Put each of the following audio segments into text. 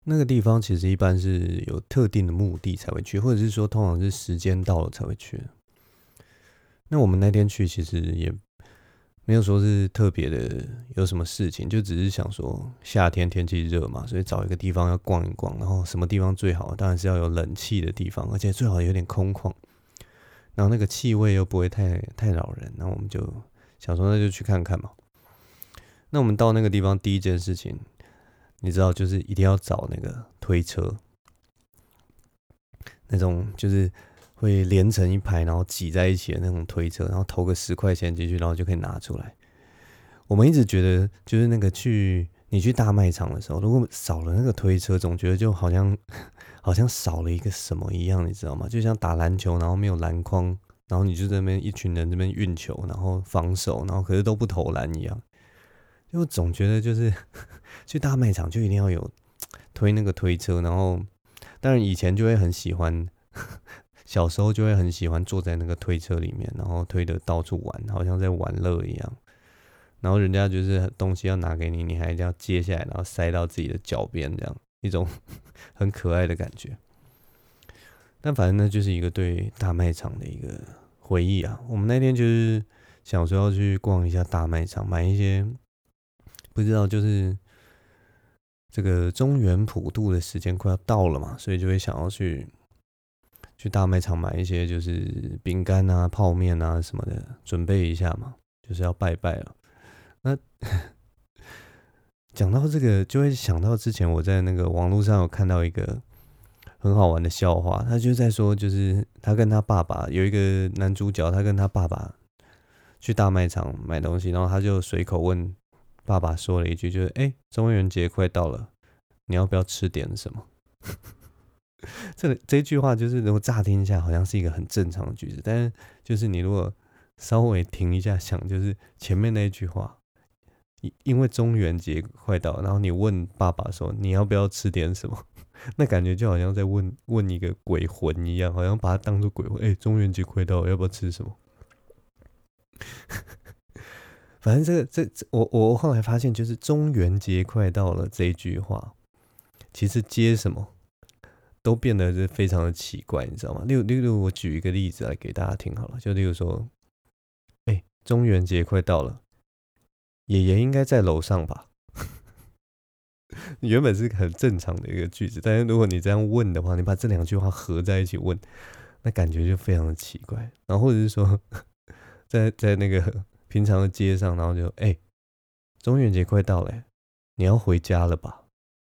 那个地方其实一般是有特定的目的才会去，或者是说通常是时间到了才会去的。那我们那天去其实也没有说是特别的有什么事情，就只是想说夏天天气热嘛，所以找一个地方要逛一逛，然后什么地方最好，当然是要有冷气的地方，而且最好有点空旷，然后那个气味又不会太扰人，那我们就想说那就去看看嘛。那我们到那个地方第一件事情，你知道就是一定要找那个推车，那种就是会连成一排，然后挤在一起的那种推车，然后投个10块钱进去，然后就可以拿出来。我们一直觉得，就是那个你去大卖场的时候，如果少了那个推车，总觉得就好像少了一个什么一样，你知道吗？就像打篮球，然后没有篮筐，然后你就在那边一群人这边运球，然后防守，然后可是都不投篮一样。就总觉得就是去大卖场就一定要有推那个推车，然后当然以前就会很喜欢，小时候就会很喜欢坐在那个推车里面，然后推的到处玩，好像在玩乐一样。然后人家就是东西要拿给你，你还一定要接下来，然后塞到自己的脚边，这样一种很可爱的感觉。但反正呢，就是一个对大卖场的一个回忆啊。我们那天就是想说要去逛一下大卖场，买一些不知道就是这个中原普渡的时间快要到了嘛，所以就会想要去大卖场买一些就是饼干啊、泡面啊什么的，准备一下嘛，就是要拜拜了。那讲到这个，就会想到之前我在那个网络上有看到一个很好玩的笑话，他就在说，就是他跟他爸爸有一个男主角，他跟他爸爸去大卖场买东西，然后他就随口问爸爸说了一句，就是中元节快到了，你要不要吃点什么？这句话就是如果乍听一下好像是一个很正常的句子，但是就是你如果稍微停一下想，就是前面那一句话，因为中元节快到，然后你问爸爸说你要不要吃点什么，那感觉就好像在问一个鬼魂一样，好像把它当做鬼魂。中元节快到了，要不要吃什么？反正我后来发现，就是中元节快到了这一句话，其实接什么都变得是非常的奇怪，你知道吗？例如我举一个例子来给大家听好了，就例如说，中元节快到了，爷爷应该在楼上吧？原本是很正常的一个句子，但是如果你这样问的话，你把这两句话合在一起问，那感觉就非常的奇怪。然后或者是说，在那个平常的街上，然后就中元节快到了你要回家了吧？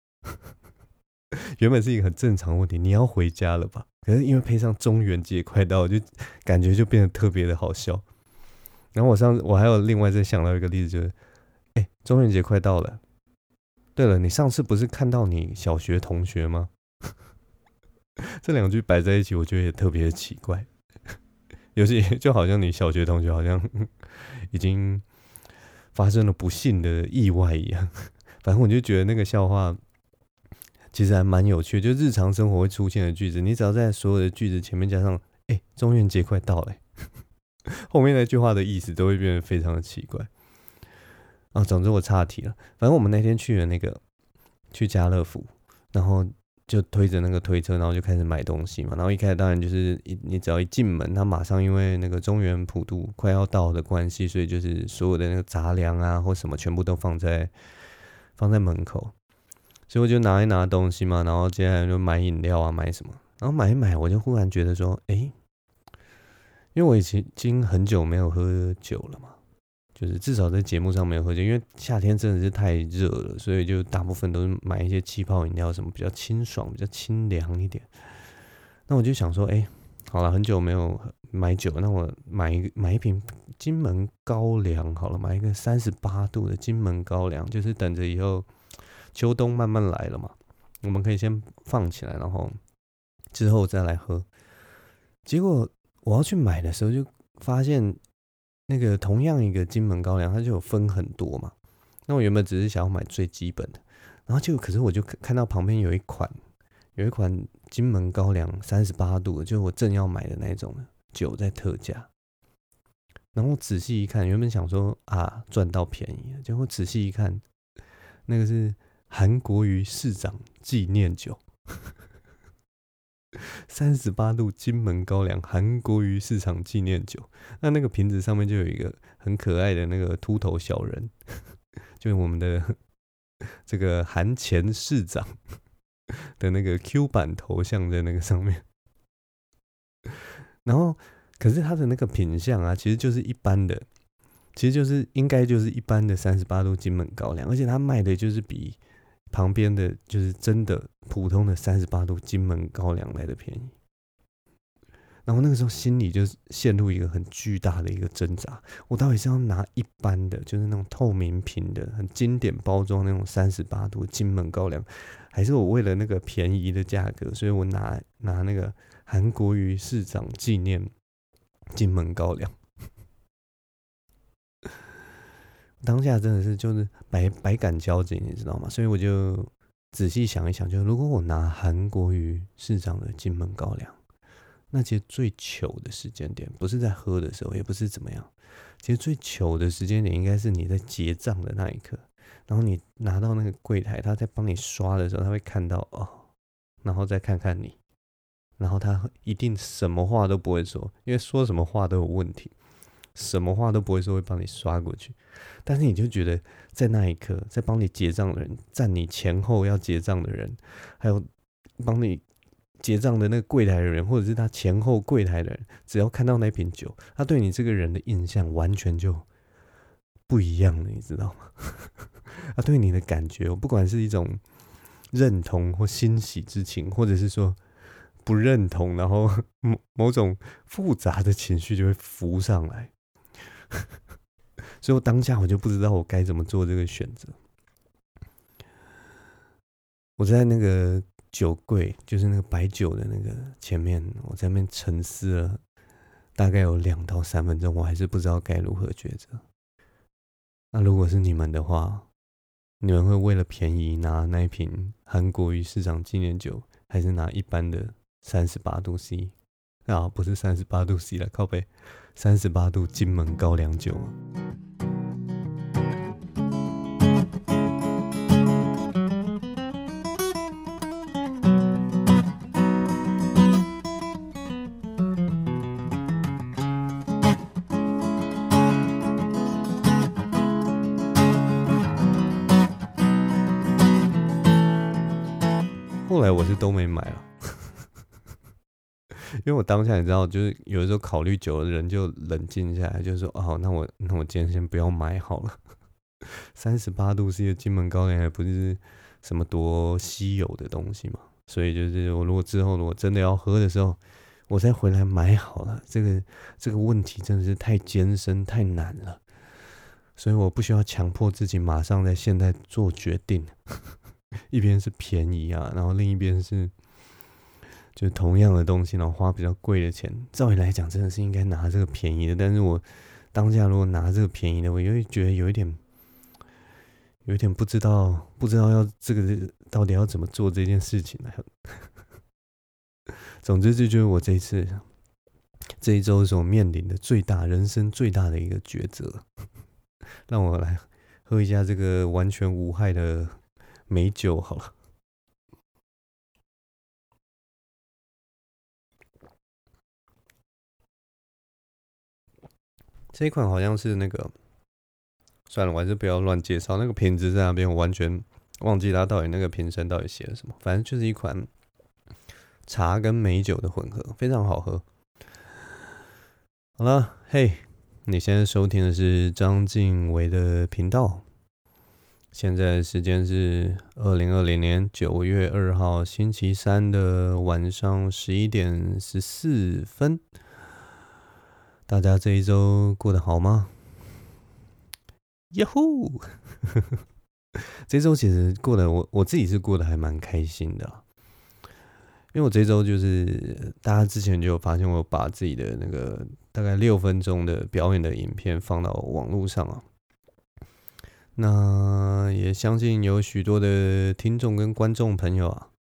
原本是一个很正常的问题，你要回家了吧？可是因为配上中元节快到了，就感觉就变得特别的好笑。然后我还有另外再想到一个例子，就是中元节快到了。对了，你上次不是看到你小学同学吗？这两句摆在一起，我觉得也特别的奇怪。尤其就好像你小学同学好像已经发生了不幸的意外一样。反正我就觉得那个笑话其实还蛮有趣的，就日常生活会出现的句子，你只要在所有的句子前面加上中元节快到了后面那句话的意思都会变得非常的奇怪。总之我岔题了。反正我们那天去家乐福，然后就推着那个推车，然后就开始买东西嘛。然后一开始当然就是你只要一进门，他马上因为那个中原普渡快要到的关系，所以就是所有的那个杂粮啊或什么全部都放在门口。所以我就拿一拿东西嘛，然后接下来就买饮料啊，买什么，然后买一买，我就忽然觉得说，因为我已经很久没有喝酒了嘛，就是至少在节目上没有喝酒，因为夏天真的是太热了，所以就大部分都是买一些气泡饮料，什么比较清爽、比较清凉一点。那我就想说，好了，很久没有买酒，那我买一瓶金门高粱好了，买一个38度的金门高粱，就是等着以后秋冬慢慢来了嘛，我们可以先放起来，然后之后再来喝。结果我要去买的时候，就发现那个同样一个金门高粱，它就有分很多嘛。那我原本只是想要买最基本的，然后可是我就看到旁边有一款金门高粱38度的，就是我正要买的那种酒在特价。然后仔细一看，原本想说赚到便宜了，结果仔细一看，那个是韩国瑜市长纪念酒，38度金门高粱韩国瑜市场纪念酒。那个瓶子上面就有一个很可爱的那个秃头小人，就是我们的这个韩前市长的那个 Q 版头像在那个上面。然后，可是它的那个品相啊，其实就是一般的，其实就是应该就是一般的38度金门高粱，而且它卖的就是比旁边的就是真的普通的38度金门高粱来的便宜。然后那个时候心里就陷入一个很巨大的一个挣扎，我到底是要拿一般的，就是那种透明瓶的、很经典包装那种38度金门高粱，还是我为了那个便宜的价格，所以我拿那个韩国瑜市长纪念金门高粱？当下真的是就是百感交集，你知道吗？所以我就仔细想一想，就如果我拿韩国瑜市长的金门高粱，那其实最糗的时间点不是在喝的时候，也不是怎么样，其实最糗的时间点应该是你在结账的那一刻，然后你拿到那个柜台，他在帮你刷的时候，他会看到哦，然后再看看你，然后他一定什么话都不会说，因为说什么话都有问题，什么话都不会说，会帮你刷过去。但是你就觉得在那一刻，在帮你结账的人，站你前后要结账的人，还有帮你结账的那个柜台的人，或者是他前后柜台的人，只要看到那瓶酒，他对你这个人的印象完全就不一样了，你知道吗？他对你的感觉，不管是一种认同或欣喜之情，或者是说不认同，然后某种复杂的情绪就会浮上来。所以我当下我就不知道我该怎么做这个选择。我在那个酒柜，就是那个白酒的那个前面，我在那边沉思了大概有2到3分钟，我还是不知道该如何抉择。那如果是你们的话，你们会为了便宜拿那一瓶韩国瑜市长纪念酒，还是拿一般的38度 C？ 啊，不是38度 C 啦，靠北，38度金门高粱酒啊。后来我是都没买了，因为我当下你知道，就是有的时候考虑久了，人就冷静下来，就是说，哦，那我今天先不要买好了。38度 C 的金门高粱还不是什么多稀有的东西嘛，所以就是我如果之后如果真的要喝的时候，我再回来买好了。这个问题真的是太艰深太难了，所以我不需要强迫自己马上在现在做决定。一边是便宜啊，然后另一边是就同样的东西，然后花比较贵的钱。照理来讲，真的是应该拿这个便宜的，但是我当下如果拿这个便宜的，我又会觉得有一点不知道要这个到底要怎么做这件事情呢？总之，这就是我这一周所面临的人生最大的一个抉择。让我来喝一下这个完全无害的美酒好了。这一款好像是那个，算了，我还是不要乱介绍。那个瓶子在那边，我完全忘记它到底那个瓶身到底写了什么。反正就是一款茶跟美酒的混合，非常好喝。好了，嘿，你现在收听的是张敬维的频道。现在时间是2020年9月2号星期三的晚上11点14分。大家这一周过得好吗？呀呼！这周其实过得我自己是过得还蛮开心的啦，因为我这周就是大家之前就有发现我把自己的那个大概6分钟的表演的影片放到网络上啊。那也相信有许多的听众跟观众朋友啊，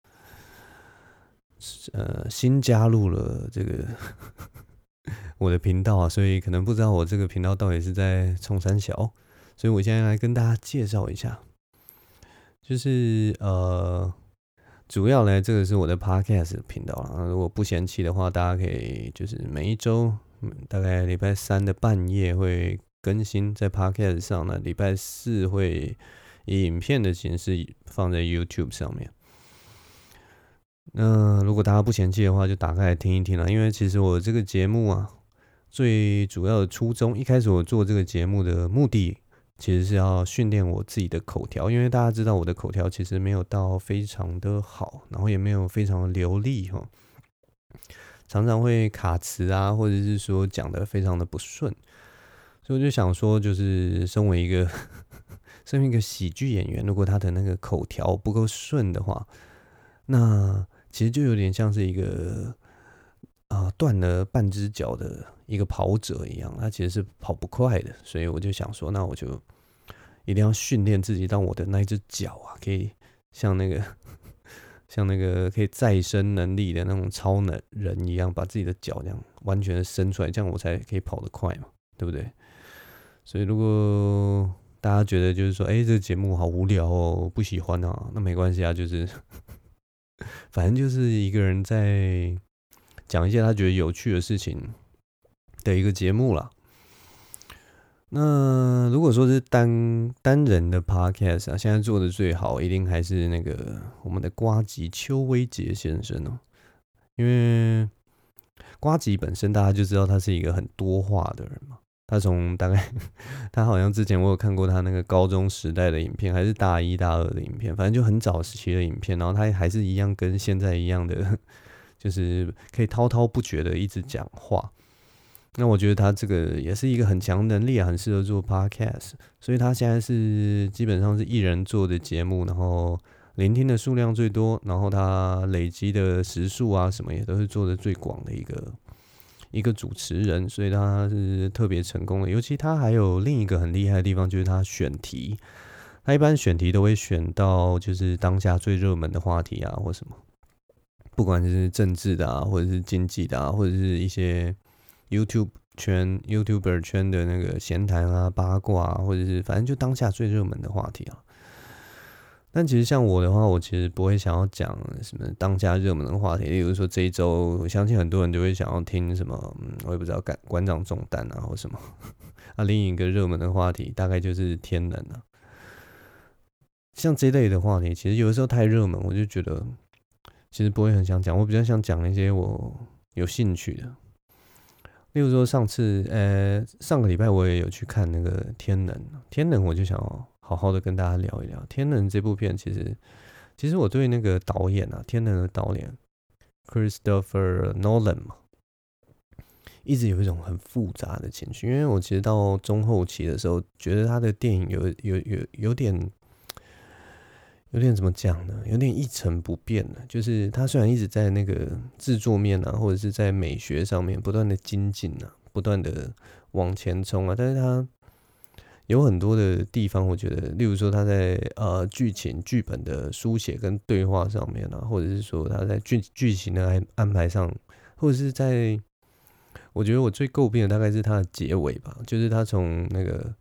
新加入了这个我的频道啊，所以可能不知道我这个频道到底是在冲三小，所以我现在来跟大家介绍一下， 就是主要呢，这个是我的 podcast 频道啦。如果不嫌弃的话，大家可以就是每一周大概礼拜三的半夜会更新在 podcast 上呢，礼拜四会以影片的形式放在 YouTube 上面。那如果大家不嫌弃的话，就打开来听一听啦。因为其实我这个节目啊，最主要的初衷，一开始我做这个节目的目的，其实是要训练我自己的口条。因为大家知道我的口条其实没有到非常的好，然后也没有非常的流利哈，常常会卡词啊，或者是说讲的非常的不顺。所以我就想说，就是身为一个喜剧演员，如果他的那个口条不够顺的话，那其实就有点像是一个断了半只脚的一个跑者一样，他其实是跑不快的。所以我就想说，那我就一定要训练自己，让我的那一只脚啊，可以像那个可以再生能力的那种超能人一样，把自己的脚这样完全的伸出来，这样我才可以跑得快嘛，对不对？所以如果大家觉得就是说，这个节目好无聊哦，不喜欢啊，那没关系啊，就是反正就是一个人在讲一些他觉得有趣的事情的一个节目啦。那如果说是单人的 podcast 啊，现在做的最好一定还是那个我们的呱吉邱威杰先生哦，因为呱吉本身大家就知道他是一个很多话的人嘛。他从大概他好像之前我有看过他那个高中时代的影片，还是大一大二的影片，反正就很早时期的影片，然后他还是一样跟现在一样的，就是可以滔滔不绝的一直讲话。那我觉得他这个也是一个很强能力啊，很适合做 podcast， 所以他现在是基本上是一人做的节目，然后聆听的数量最多，然后他累积的时数啊什么也都是做的最广的一个主持人，所以他是特别成功的。尤其他还有另一个很厉害的地方，就是他选题，他一般选题都会选到就是当下最热门的话题啊，或什么，不管是政治的啊，或者是经济的啊，或者是一些YouTuber 圈的那个闲谈啊、八卦啊，或者是反正就当下最热门的话题啊。但其实像我的话，我其实不会想要讲什么当下热门的话题，例如说这一周，我相信很多人都会想要听什么，我也不知道馆长中弹啊或什么。另一个热门的话题大概就是天能啊。像这类的话题，其实有的时候太热门，我就觉得其实不会很想讲，我比较想讲一些我有兴趣的。例如说上个礼拜我也有去看那个天能，我就想要好好的跟大家聊一聊天能这部片。其实我对那个导演啊，天能的导演 Christopher Nolan 嘛，一直有一种很复杂的情绪，因为我其实到中后期的时候，觉得他的电影有点怎么讲呢？有点一成不变的，就是他虽然一直在那个制作面啊，或者是在美学上面不断的精进啊，不断的往前冲啊，但是他有很多的地方，我觉得，例如说他在剧本的书写跟对话上面啊，或者是说他在剧情的安排上，或者是我觉得我最诟病的大概是他的结尾吧，就是他从那个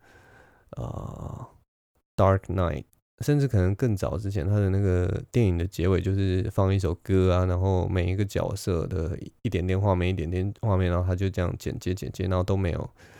Dark Knight。甚至可能更早之前，他的那个电影的结尾就是放一首歌啊，然后每一个角色的一点点画面，然后他就这样剪接，然后都没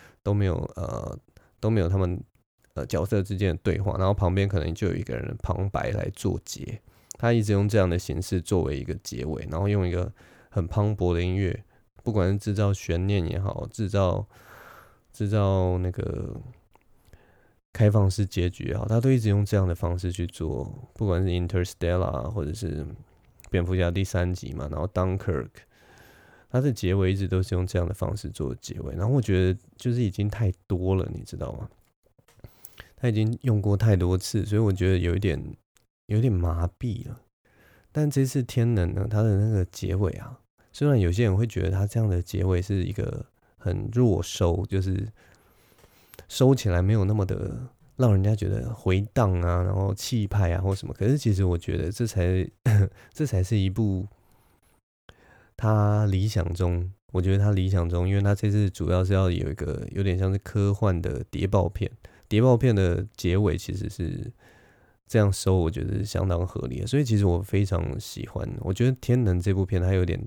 有他们角色之间的对话，然后旁边可能就有一个人的旁白来做结，他一直用这样的形式作为一个结尾，然后用一个很磅礴的音乐，不管是制造悬念也好，制造那个开放式结局也好，他都一直用这样的方式去做，不管是 Interstellar 或者是蝙蝠侠第3集嘛，然后 Dunkirk， 他的结尾一直都是用这样的方式做结尾，然后我觉得就是已经太多了，你知道吗？他已经用过太多次，所以我觉得有点麻痹了。但这次天能呢，他的那个结尾啊，虽然有些人会觉得他这样的结尾是一个很弱收，就是收起来没有那么的让人家觉得回荡啊，然后气派啊或什么。可是其实我觉得这才是一部他理想中，我觉得他理想中，因为他这次主要是要有一个有点像是科幻的谍报片的结尾，其实是这样收，我觉得是相当合理的。所以其实我非常喜欢，我觉得《天能》这部片它有点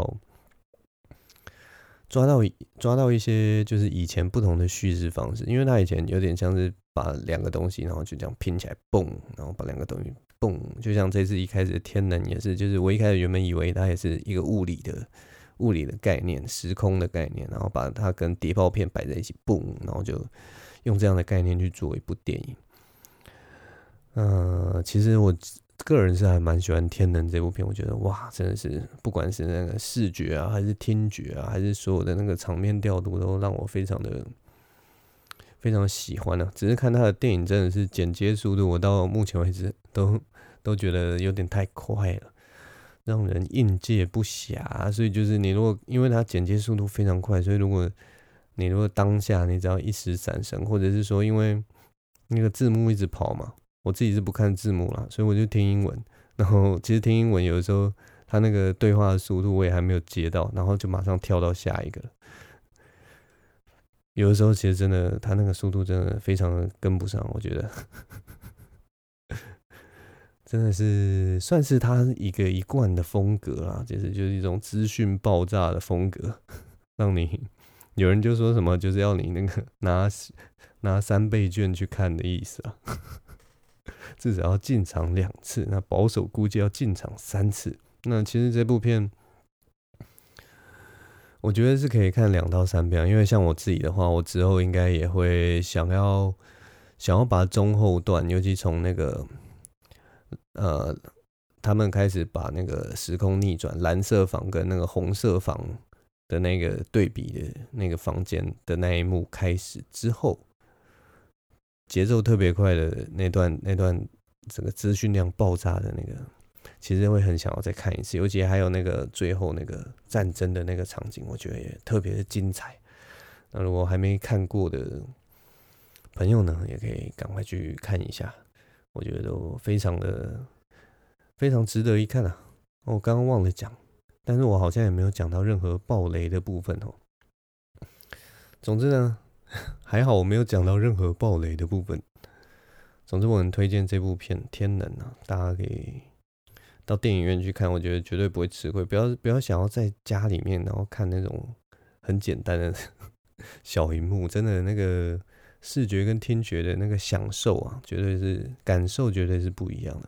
抓到一些就是以前不同的叙事方式，因为它以前有点像是把两个东西，然后就这样拼起来，蹦，然后把两个东西蹦，就像这次一开始的天能也是，就是我一开始原本以为它也是一个物理的概念，时空的概念，然后把它跟谍报片摆在一起，蹦，然后就用这样的概念去做一部电影。其实我个人是还蛮喜欢《天能》这部片，我觉得哇，真的是不管是那个视觉啊，还是听觉啊，还是所有的那个场面调度，都让我非常喜欢啊。只是看他的电影真的是剪接速度，我到目前为止都觉得有点太快了，让人应接不暇。所以就是你如果因为他剪接速度非常快，所以如果当下你只要一时闪神，或者是说因为那个字幕一直跑嘛。我自己是不看字幕啦，所以我就听英文。然后其实听英文有的时候，他那个对话的速度我也还没有接到，然后就马上跳到下一个了。有的时候其实真的，他那个速度真的非常的跟不上，我觉得真的是算是他一个一贯的风格啦，就是一种资讯爆炸的风格，让你有人就说什么就是要你那个拿3倍券去看的意思啊。至少要进场2次，那保守估计要进场3次。那其实这部片，我觉得是可以看2到3遍，因为像我自己的话，我之后应该也会想要把中后段，尤其从那个他们开始把那个时空逆转，蓝色房跟那个红色房的那个对比的那个房间的那一幕开始之后。节奏特别快的那段整个资讯量爆炸的那个，其实会很想要再看一次，尤其还有那个最后那个战争的那个场景，我觉得也特别的精彩。那如果还没看过的朋友呢，也可以赶快去看一下，我觉得都非常值得一看啊。我刚刚忘了讲，但是我好像也没有讲到任何爆雷的部分哦。总之呢。还好我没有讲到任何爆雷的部分。总之，我很推荐这部片《天能》啊，大家可以到电影院去看，我觉得绝对不会吃亏。不要想要在家里面然后看那种很简单的小荧幕，真的那个视觉跟听觉的那个享受啊，感受绝对是不一样的。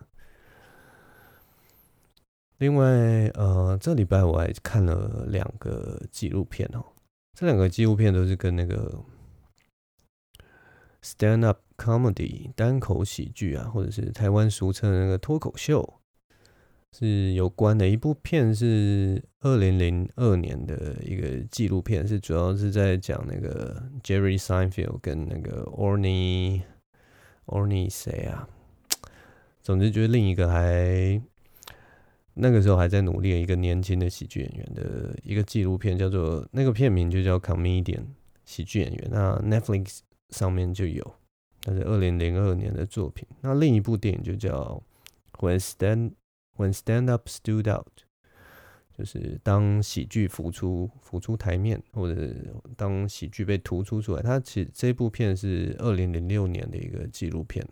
另外，这礼拜我还看了2个纪录片哦，这2个纪录片都是跟那个。stand up comedy 单口喜剧啊，或者是台湾俗称的那个脱口秀，是有关的。一部片是2002年的一个纪录片，是主要是在讲那个 Jerry Seinfeld 跟那个 Orny 谁啊？总之就是另一个那个时候还在努力的一个年轻的喜剧演员的一个纪录片，叫做那个片名就叫 Comedian 喜剧演员。那 Netflix 上面就有，那是2002年的作品。那另一部电影就叫 When Stand Up Stood Out， 就是当喜剧浮出台面，或者当喜剧被突出出来。它其实这部片是2006年的一个纪录片。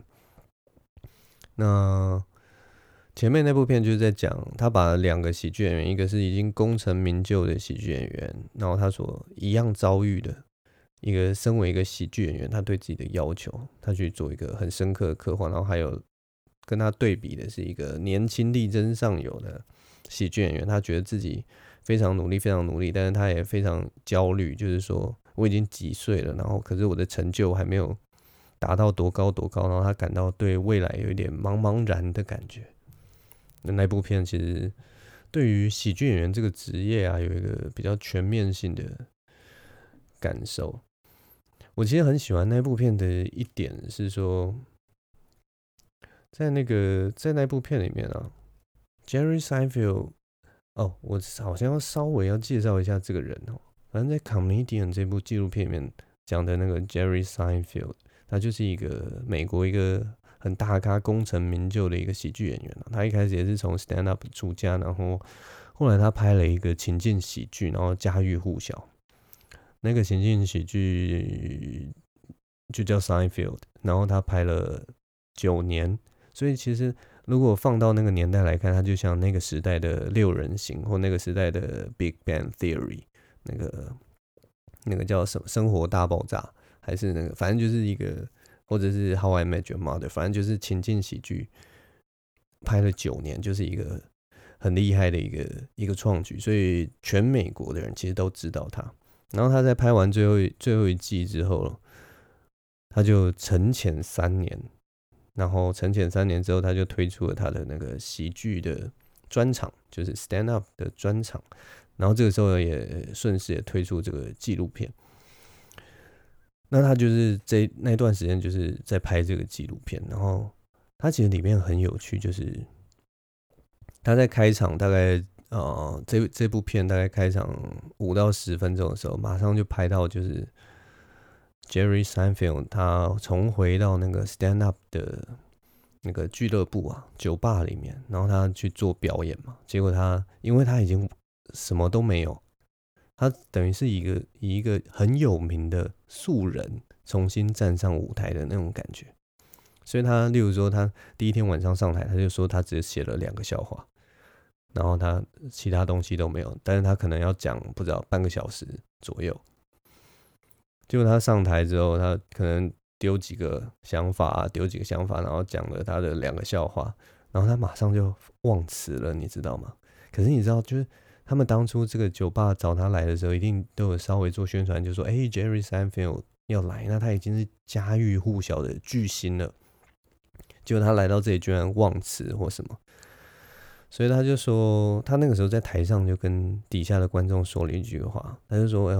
那前面那部片就是在讲，他把2个喜剧演员，一个是已经功成名就的喜剧演员，然后他所一样遭遇的。一个身为一个喜剧演员，他对自己的要求，他去做一个很深刻的刻画，然后还有跟他对比的是一个年轻力争上游的喜剧演员，他觉得自己非常努力，但是他也非常焦虑，就是说我已经几岁了，然后可是我的成就还没有达到多高，然后他感到对未来有一点茫然的感觉。那部片其实对于喜剧演员这个职业啊，有一个比较全面性的感受。我其实很喜欢那部片的一点是说，在那部片里面啊 ，Jerry Seinfeld， 我好像稍微要介绍一下这个人哦。反正在《Comedian》这部纪录片里面讲的那个 Jerry Seinfeld， 他就是一个美国一个很大咖、功成名就的一个喜剧演员。他一开始也是从 stand up 出家，然后后来他拍了一个情境喜剧，然后家喻户晓。那个情境喜剧就叫 Seinfeld， 然后他拍了9年， 所以其实如果放到那个年代来看，它就像那个时代的六人行，或那个时代的 Big Bang Theory，那个叫什么《生活大爆炸》，还是那个反正就是一个，或者是 How I Met Your Mother， 反正就是情境喜剧，拍了9年，就是一个很厉害的一个创举，所以全美国的人其实都知道他。然后他在拍完最后一季之后，他就沉潜3年，然后沉潜3年之后，他就推出了他的那个喜剧的专场，就是 stand up 的专场。然后这个时候也顺势也推出这个纪录片。那他就是那段时间就是在拍这个纪录片，然后他其实里面很有趣，就是他在开场大概这部片大概开场5到10分钟的时候，马上就拍到就是 Jerry Seinfeld 他重回到那个 stand up 的那个俱乐部啊酒吧里面，然后他去做表演嘛，结果因为他已经什么都没有，他等于是以一个很有名的素人重新站上舞台的那种感觉。所以他例如说他第一天晚上上台，他就说他只写了2个笑话，然后他其他东西都没有，但是他可能要讲不知道半个小时左右。结果他上台之后，他可能丢几个想法，然后讲了他的2个笑话，然后他马上就忘词了，你知道吗？可是你知道，就是他们当初这个酒吧找他来的时候，一定都有稍微做宣传，就说Jerry Seinfeld 要来，那他已经是家喻户晓的巨星了。结果他来到这里居然忘词或什么，所以他就说，他那个时候在台上就跟底下的观众说了一句话，他就说：“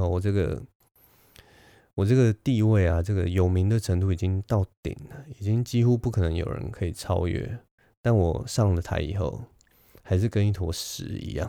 我这个地位啊，这个有名的程度已经到顶了，已经几乎不可能有人可以超越。但我上了台以后，还是跟一坨屎一样，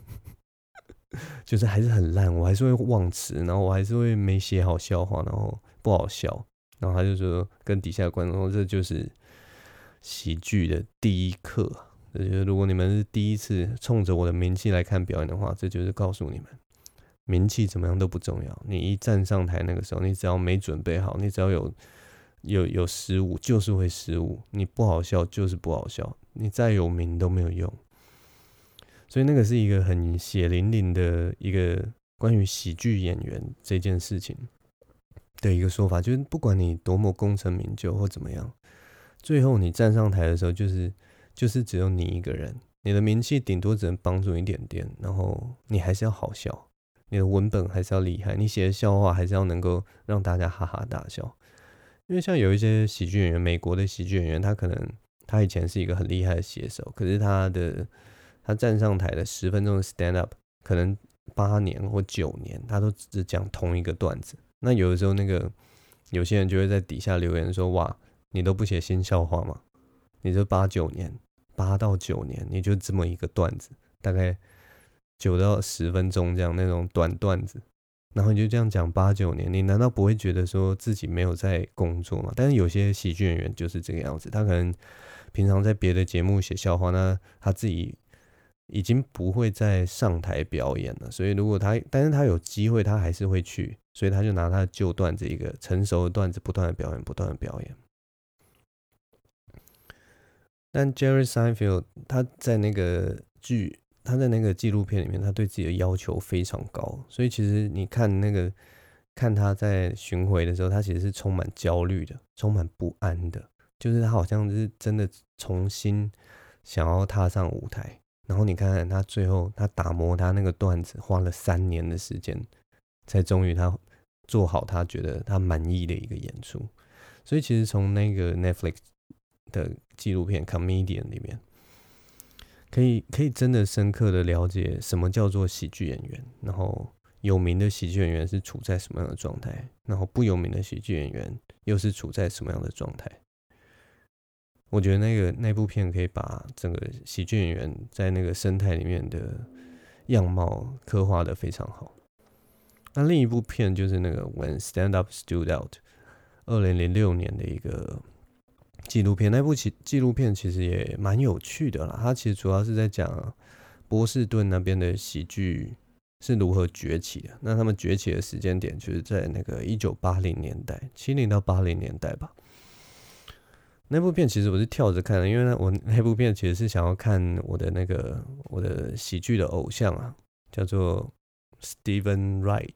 就是还是很烂，我还是会忘词，然后我还是会没写好笑话，然后不好笑。然后他就说，跟底下的观众说，这就是喜剧的第一课。就是如果你们是第一次冲着我的名气来看表演的话，这就是告诉你们。”名气怎么样都不重要，你一站上台那个时候，你只要没准备好，你只要有失误，就是会失误。你不好笑就是不好笑，你再有名都没有用。所以那个是一个很血淋淋的一个关于喜剧演员这件事情的一个说法，就是不管你多么功成名就或怎么样，最后你站上台的时候，就是只有你一个人，你的名气顶多只能帮助你一点点，然后你还是要好笑。你的文本还是要厉害，你写的笑话还是要能够让大家哈哈大笑。因为像有一些喜剧演员，美国的喜剧演员，他以前是一个很厉害的写手，可是他站上台的10分钟的 stand up， 可能8年或9年，他都只讲同一个段子。那有的时候有些人就会在底下留言说：“哇，你都不写新笑话吗？你这8到9年，你就这么一个段子，大概9到10分钟这样那种短段子，然后你就这样讲8、9年，你难道不会觉得说自己没有在工作吗？但是有些喜剧演员就是这个样子，他可能平常在别的节目写笑话，那他自己已经不会再上台表演了，所以但是他有机会，他还是会去，所以他就拿他的旧段子，一个成熟的段子，不断的表演。但 Jerry Seinfeld 他在那个纪录片里面，他对自己的要求非常高，所以其实你看他在巡回的时候，他其实是充满焦虑的，充满不安的，就是他好像是真的重新想要踏上舞台。然后你看看他最后他打磨他那个段子，花了3年的时间，才终于他做好他觉得他满意的一个演出。所以其实从那个 Netflix 的纪录片 Comedian 里面，可以真的深刻的了解什么叫做喜剧演员，然后有名的喜剧演员是处在什么样的状态，然后不有名的喜剧演员又是处在什么样的状态。我觉得那部片可以把整个喜剧演员在那个生态里面的样貌刻画的非常好。那另一部片就是那个 When Stand Up Stood Out， 2006年的一个纪录片。那部纪录片其实也蛮有趣的啦，它其实主要是在讲波士顿那边的喜剧是如何崛起的。那他们崛起的时间点就是在那个1980年代，70到80年代吧。 那部片其实我是跳着看的，因为我那部片其实是想要看我的喜剧的偶像啊，叫做 Steven Wright，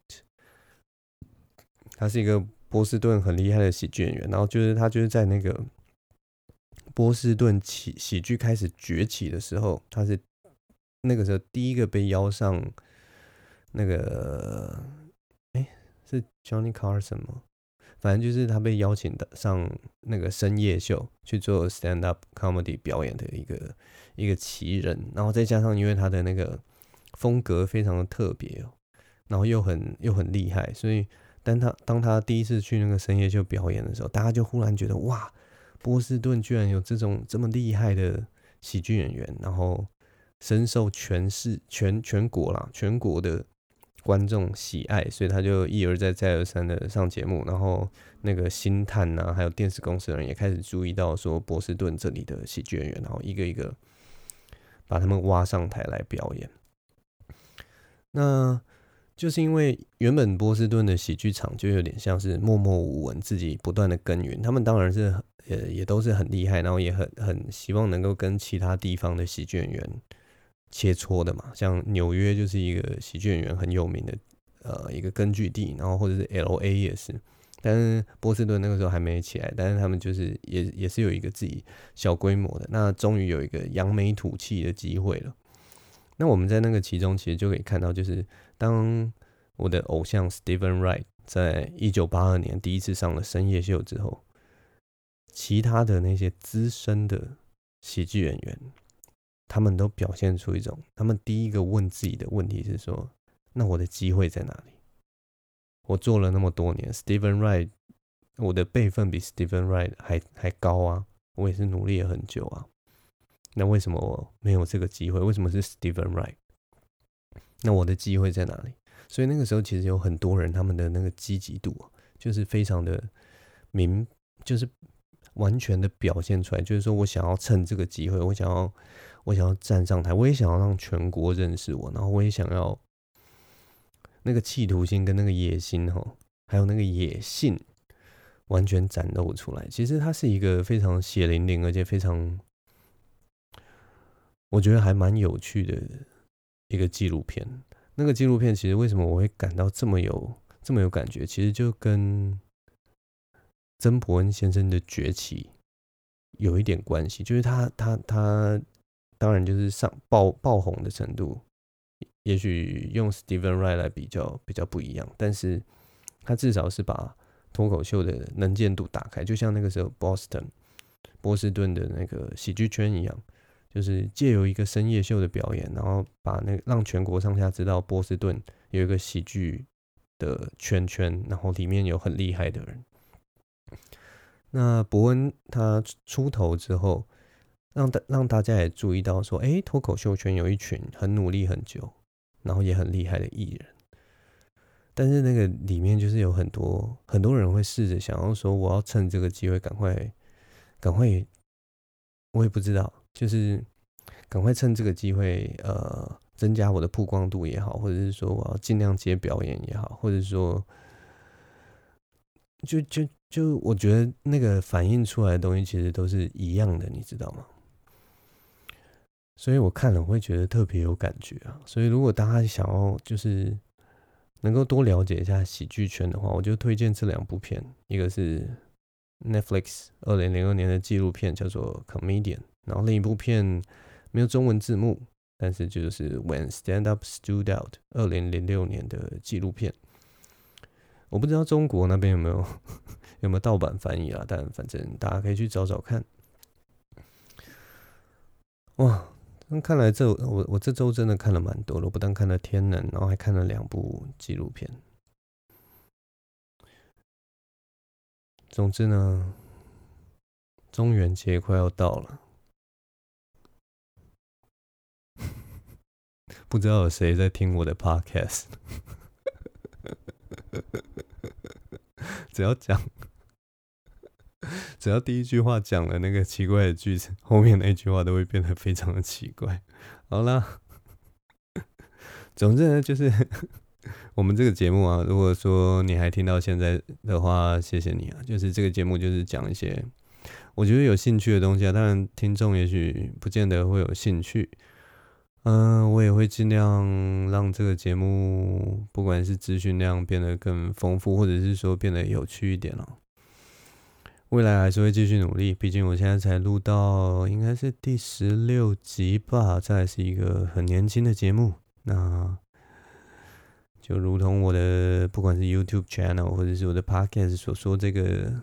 他是一个波士顿很厉害的喜剧演员，然后他就是在那个波士顿喜剧开始崛起的时候，他是那个时候第一个被邀上那个，是 Johnny Carson 吗？反正就是他被邀请的上那个深夜秀去做 stand up comedy 表演的一个奇人，然后再加上因为他的那个风格非常的特别然后又很厉害，所以当他第一次去那个深夜秀表演的时候，大家就忽然觉得哇，波士顿居然有这么厉害的喜剧演员，然后深受全国的观众喜爱，所以他就一而再再而三的上节目，然后那个星探啊，还有电视公司的人也开始注意到说波士顿这里的喜剧演员，然后一个一个把他们挖上台来表演。那就是因为原本波士顿的喜剧场就有点像是默默无闻，自己不断的耕耘，他们当然是也都是很厉害，然后也很希望能够跟其他地方的喜剧演员切磋的嘛，像纽约就是一个喜剧演员很有名的一个根据地，然后或者是 LA 也是，但是波士顿那个时候还没起来，但是他们就是也是有一个自己小规模的，那终于有一个扬眉吐气的机会了。那我们在那个其中其实就可以看到，就是当我的偶像 Steven Wright 在1982年第一次上了深夜秀之后，其他的那些资深的喜剧演员，他们都表现出一种，他们第一个问自己的问题是说，那我的机会在哪里？我做了那么多年 ，Steven Wright， 我的辈分比 Steven Wright 还高啊，我也是努力了很久啊。那为什么我没有这个机会？为什么是 Steven Wright？ 那我的机会在哪里？所以那个时候其实有很多人，他们的那个积极度就是非常的就是完全的表现出来，就是说我想要趁这个机会，我想要站上台，我也想要让全国认识我，然后我也想要那个企图心跟那个野心还有那个野性完全展露出来。其实它是一个非常血淋淋，而且非常我觉得还蛮有趣的一个纪录片。那个纪录片其实为什么我会感到这么有感觉，其实就跟曾伯恩先生的崛起有一点关系，就是他当然就是爆红的程度，也许用 Steven Wright 来比较不一样，但是他至少是把脱口秀的能见度打开，就像那个时候波士顿的那个喜剧圈一样，就是借由一个深夜秀的表演，然后把让全国上下知道波士顿有一个喜剧的圈，然后里面有很厉害的人。那伯恩他出头之后，让大家也注意到说，脱口秀圈有一群很努力很久，然后也很厉害的艺人。但是那个里面就是有很多人会试着想要说，我要趁这个机会赶快，我也不知道，就是赶快趁这个机会，增加我的曝光度也好，或者是说我要尽量接表演也好，或者说，就我觉得那个反映出来的东西其实都是一样的，你知道吗？所以我看了我会觉得特别有感觉啊。所以如果大家想要就是能够多了解一下喜剧圈的话，我就推荐这两部片，一个是 Netflix 2002年的纪录片叫做 Comedian， 然后另一部片没有中文字幕，但是就是 When Stand Up Stood Out 2006年的纪录片。我不知道中国那边有没有盗版翻译啦，但反正大家可以去找找看。哇，那看来我这周真的看了蛮多了，我不但看了《天能》，然后还看了2部纪录片。总之呢，中元节快要到了，不知道有谁在听我的 podcast。只要第一句话讲了那个奇怪的句子，后面那句话都会变得非常的奇怪。好啦，总之呢，就是我们这个节目啊，如果说你还听到现在的话，谢谢你啊。就是这个节目就是讲一些我觉得有兴趣的东西啊，当然听众也许不见得会有兴趣。我也会尽量让这个节目，不管是资讯量变得更丰富，或者是说变得有趣一点了。未来还是会继续努力，毕竟我现在才录到应该是第16集吧，这还是一个很年轻的节目。那就如同我的不管是 YouTube channel 或者是我的 Podcast 所说，这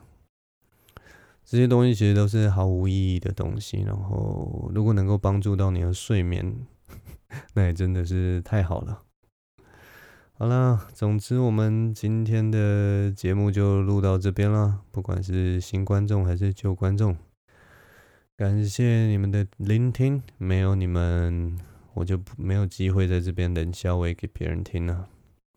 些东西其实都是毫无意义的东西。然后如果能够帮助到你的睡眠，那也真的是太好了。好啦，总之我们今天的节目就录到这边了。不管是新观众还是旧观众，感谢你们的聆听，没有你们，我就没有机会在这边冷笑话给别人听了。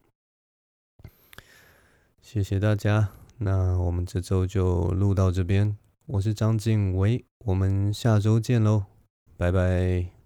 谢谢大家，那我们这周就录到这边。我是张敬伟，我们下周见喽，拜拜。